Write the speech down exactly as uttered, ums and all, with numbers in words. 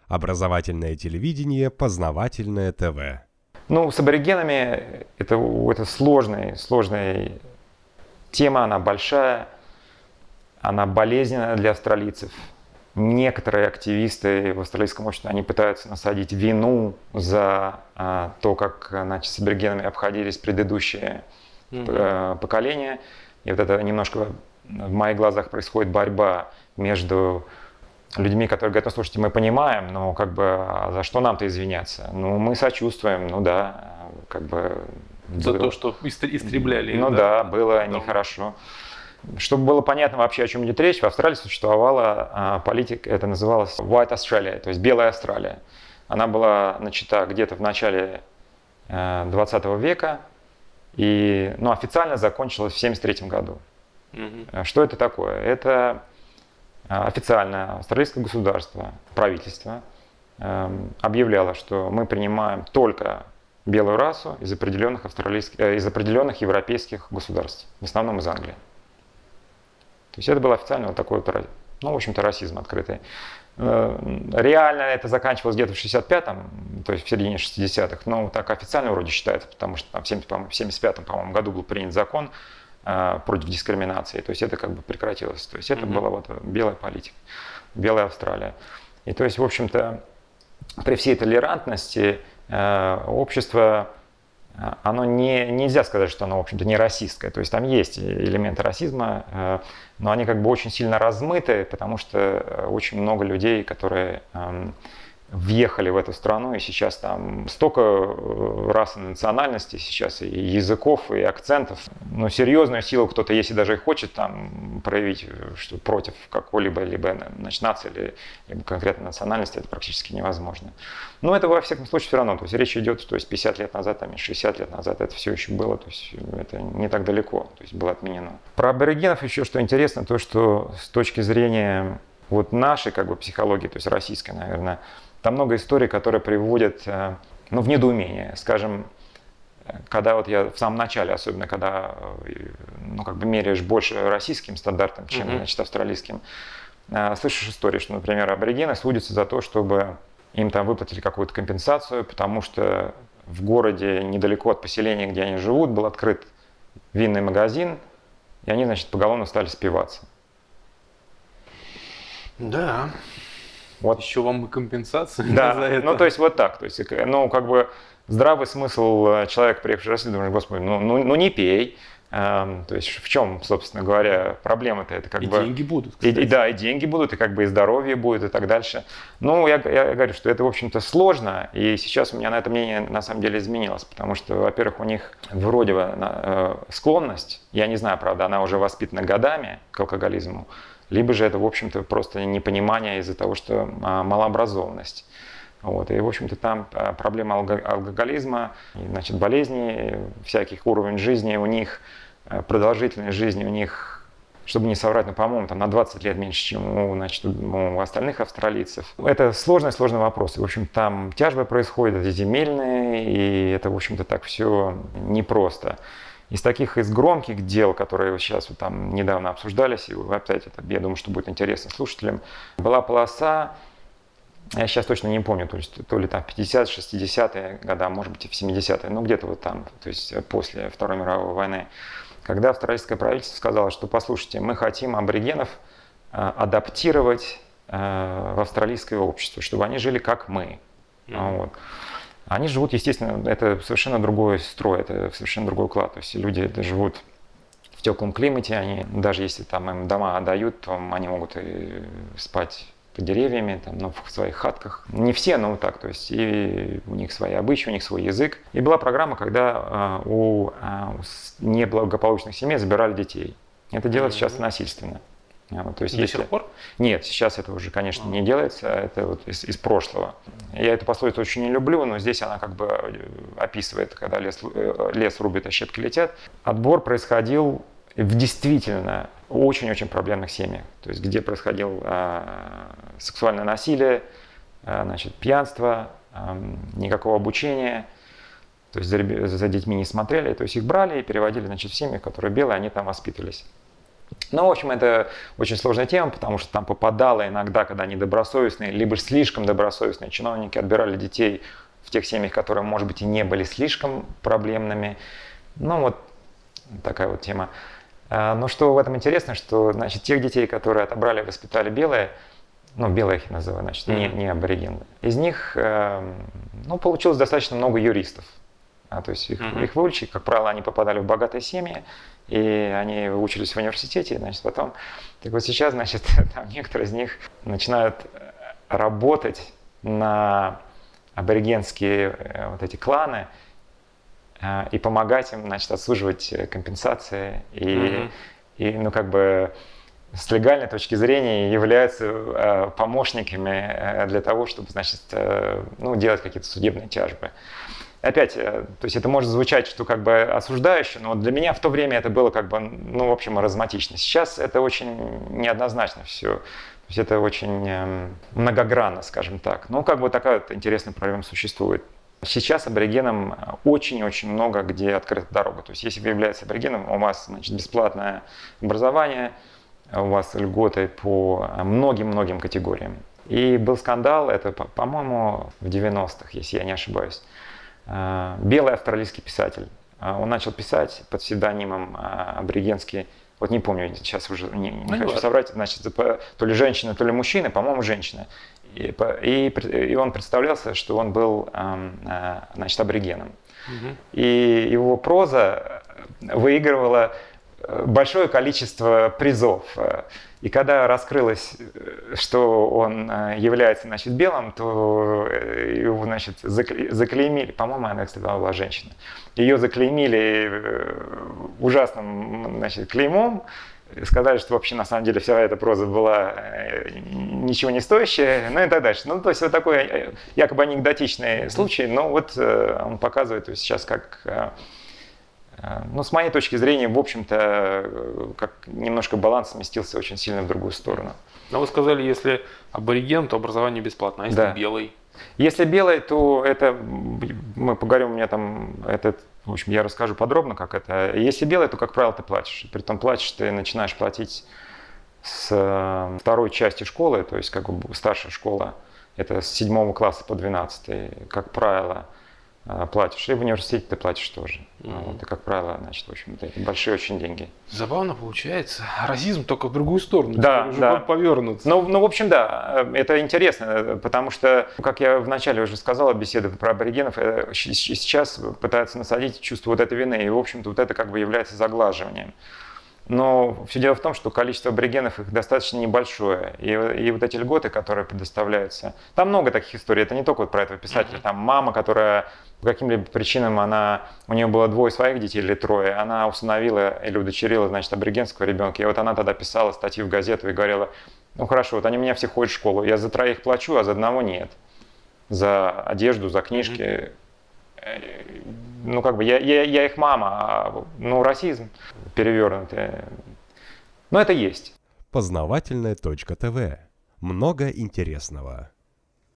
Образовательное телевидение, познавательное ТВ. Ну, с аборигенами это, это сложная, сложная тема, она большая, она болезненная для австралийцев. Некоторые активисты в австралийском обществе, они пытаются насадить вину за а, то, как, значит, с аборигенами обходились предыдущие mm-hmm. поколения. И вот это немножко в моих глазах происходит борьба между людьми, которые говорят: ну, слушайте, мы понимаем, но как бы а за что нам-то извиняться? Ну, мы сочувствуем, ну да, как бы... За было... то, что истребляли. Ну да, да было да. Нехорошо. Чтобы было понятно вообще, о чем идет речь, в Австралии существовала а, политика, это называлось White Australia, то есть Белая Австралия. Она была начата где-то в начале э, двадцатого века и ну, официально закончилась в семьдесят третьем году. Mm-hmm. Что это такое? Это официальное австралийское государство, правительство э, объявляло, что мы принимаем только белую расу из определенных, австралийских, э, из определенных европейских государств, в основном из Англии. То есть это был официально вот такой, ну, в общем-то, расизм открытый. Реально это заканчивалось где-то в шестьдесят пятом, то есть в середине шестидесятых, но так официально вроде считается, потому что там в семьдесят пятом, по-моему, году был принят закон э, против дискриминации, то есть это как бы прекратилось. То есть это mm-hmm. была вот белая политика, белая Австралия. И то есть, в общем-то, при всей толерантности э, общество, оно не, нельзя сказать, что оно, в общем-то, не расистское. То есть там есть элементы расизма, но они как бы очень сильно размыты, потому что очень много людей, которые въехали в эту страну, и сейчас там столько рас и национальностей, сейчас и языков, и акцентов. Но серьезную силу кто-то, если даже и хочет там проявить, что против какой-либо либо значит, нации или либо конкретной национальности, это практически невозможно. Но это во всяком случае все равно. То есть речь идет, то есть пятьдесят лет назад, там, шестьдесят лет назад это все еще было, то есть это не так далеко, то есть было отменено. Про аборигенов еще что интересно, то что с точки зрения вот нашей как бы психологии, то есть российской, наверное, там много историй, которые приводят ну, в недоумение. Скажем, когда вот я в самом начале, особенно когда ну, как бы меряешь больше российским стандартам, чем mm-hmm. значит, австралийским, слышишь истории, что, например, аборигены судятся за то, чтобы им там выплатили какую-то компенсацию, потому что в городе недалеко от поселения, где они живут, был открыт винный магазин, и они, значит, поголовно стали спиваться. Да. Вот. Еще вам и компенсация да, за это. Ну, то есть вот так. То есть, ну, как бы здравый смысл человека, приехавший в Россию, думает: господи, ну, ну, ну не пей. Эм, то есть в чем, собственно говоря, проблема-то? Это как и бы... деньги будут, и, и, да, и деньги будут, и как бы и здоровье будет, и так дальше. Ну, я, я говорю, что это, в общем-то, сложно, и сейчас у меня на это мнение на самом деле изменилось, потому что, во-первых, у них вроде бы э, склонность, я не знаю, правда, она уже воспитана годами к алкоголизму, либо же это, в общем-то, просто непонимание из-за того, что а, малообразованность. Вот. И, в общем-то, там проблема алкоголизма, значит, болезней, всяких уровней жизни у них, продолжительность жизни у них, чтобы не соврать, ну, по-моему, там на двадцать лет меньше, чем у, значит, у остальных австралийцев. Это сложный, сложный вопрос. И, в общем, там тяжбы происходят, эти земельные, и это, в общем-то, так все непросто. Из таких, из громких дел, которые сейчас вот там недавно обсуждались, и опять это, я думаю, что будет интересно слушателям, была полоса, я сейчас точно не помню, то, есть, то ли там в пятидесятые, шестидесятые годы, может быть и в семидесятые, ну где-то вот там, то есть после Второй мировой войны, когда австралийское правительство сказало, что послушайте, мы хотим аборигенов э, адаптировать э, в австралийское общество, чтобы они жили как мы. Mm-hmm. Вот. Они живут, естественно, это совершенно другой строй, это совершенно другой уклад. То есть люди живут в теплом климате, они, даже если там им дома отдают, то они могут и спать под деревьями, там, ну, в своих хатках. Не все, но вот так. То есть и у них свои обычаи, у них свой язык. И была программа, когда э, у э, неблагополучных семей забирали детей. Это делается mm-hmm. сейчас насильственно. Вот, то есть, До если... сих пор? Нет, сейчас это уже, конечно, не делается, это вот из, из прошлого. Я эту пословицу очень не люблю, но здесь она как бы описывает, когда лес, лес рубит, а щепки летят. Отбор происходил в действительно очень-очень проблемных семьях, то есть где происходило а, сексуальное насилие, а, значит, пьянство, а, никакого обучения, то есть за, за детьми не смотрели, то есть их брали и переводили, значит, в семьи, которые белые, они там воспитывались. Ну, в общем, это очень сложная тема, потому что там попадало иногда, когда недобросовестные, либо слишком добросовестные чиновники отбирали детей в тех семьях, которые, может быть, и не были слишком проблемными. Ну, вот такая вот тема. Но что в этом интересно, что, значит, тех детей, которые отобрали и воспитали белые, ну, белые их называю, значит, не, не аборигены, из них, ну, получилось достаточно много юристов. А, то есть их, mm-hmm. их выучили, как правило, они попадали в богатые семьи, и они учились в университете, значит, потом, так вот сейчас, значит, там некоторые из них начинают работать на аборигенские вот эти кланы и помогать им, значит, отслуживать компенсации и, mm-hmm. и, ну, как бы с легальной точки зрения являются помощниками для того, чтобы, значит, ну, делать какие-то судебные тяжбы. Опять, то есть это может звучать, что как бы осуждающе, но для меня в то время это было как бы, ну, в общем, маразматично. Сейчас это очень неоднозначно все. То есть это очень многогранно, скажем так. Ну, как бы такая вот интересная проблема существует. Сейчас аборигенам очень-очень много где открыта дорога. То есть если вы являетесь аборигеном, у вас, значит, бесплатное образование, у вас льготы по многим-многим категориям. И был скандал, это, по-моему, в девяностых, если я не ошибаюсь. Белый австралийский писатель. Он начал писать под псевдонимом аборигенский, вот не помню, сейчас уже не, не ну, хочу ладно. соврать, значит, то ли женщина, то ли мужчина, по-моему, женщина. И, и, и он представлялся, что он был, значит, аборигеном. Угу. И его проза выигрывала большое количество призов. И когда раскрылось, что он является, значит, белым, то его, значит, заклеймили, по-моему, она, кстати, была женщина, ее заклеймили ужасным, значит, клеймом, сказали, что вообще на самом деле вся эта проза была ничего не стоящая, ну и так дальше. Ну, то есть вот такой якобы анекдотичный случай, но вот он показывает, то есть сейчас как... Ну, с моей точки зрения, в общем-то, как немножко баланс сместился очень сильно в другую сторону. Но вы сказали, если абориген, то образование бесплатно, а если да. белый? Если белый, то это, мы поговорим, у меня там, это, в общем, я расскажу подробно, как это. Если белый, то, как правило, ты платишь. Притом платишь, ты начинаешь платить с второй части школы, то есть как бы старшая школа, это с седьмого класса по двенадцатый, как правило, платишь. И в университете ты платишь тоже. Mm-hmm. Вот, и, как правило, значит, в общем, это большие очень деньги. Забавно получается. Расизм только в другую сторону. Да, да. Повернуться. Ну, ну, в общем, да. Это интересно, потому что, как я вначале уже сказал, беседы про аборигенов сейчас пытаются насадить чувство вот этой вины. И, в общем-то, вот это как бы является заглаживанием. Но все дело в том, что количество аборигенов их достаточно небольшое. И, и вот эти льготы, которые предоставляются, там много таких историй. Это не только вот про этого писателя. Там мама, которая по каким-либо причинам, она, у нее было двое своих детей или трое, она усыновила или удочерила, значит, аборигенского ребенка. И вот она тогда писала статьи в газету и говорила, ну хорошо, вот они у меня все ходят в школу, я за троих плачу, а за одного нет. За одежду, за книжки. Mm-hmm. Ну, как бы, я, я, я их мама, а, ну, расизм перевернутый. Но это есть. Познавательная точка ТВ. Много интересного.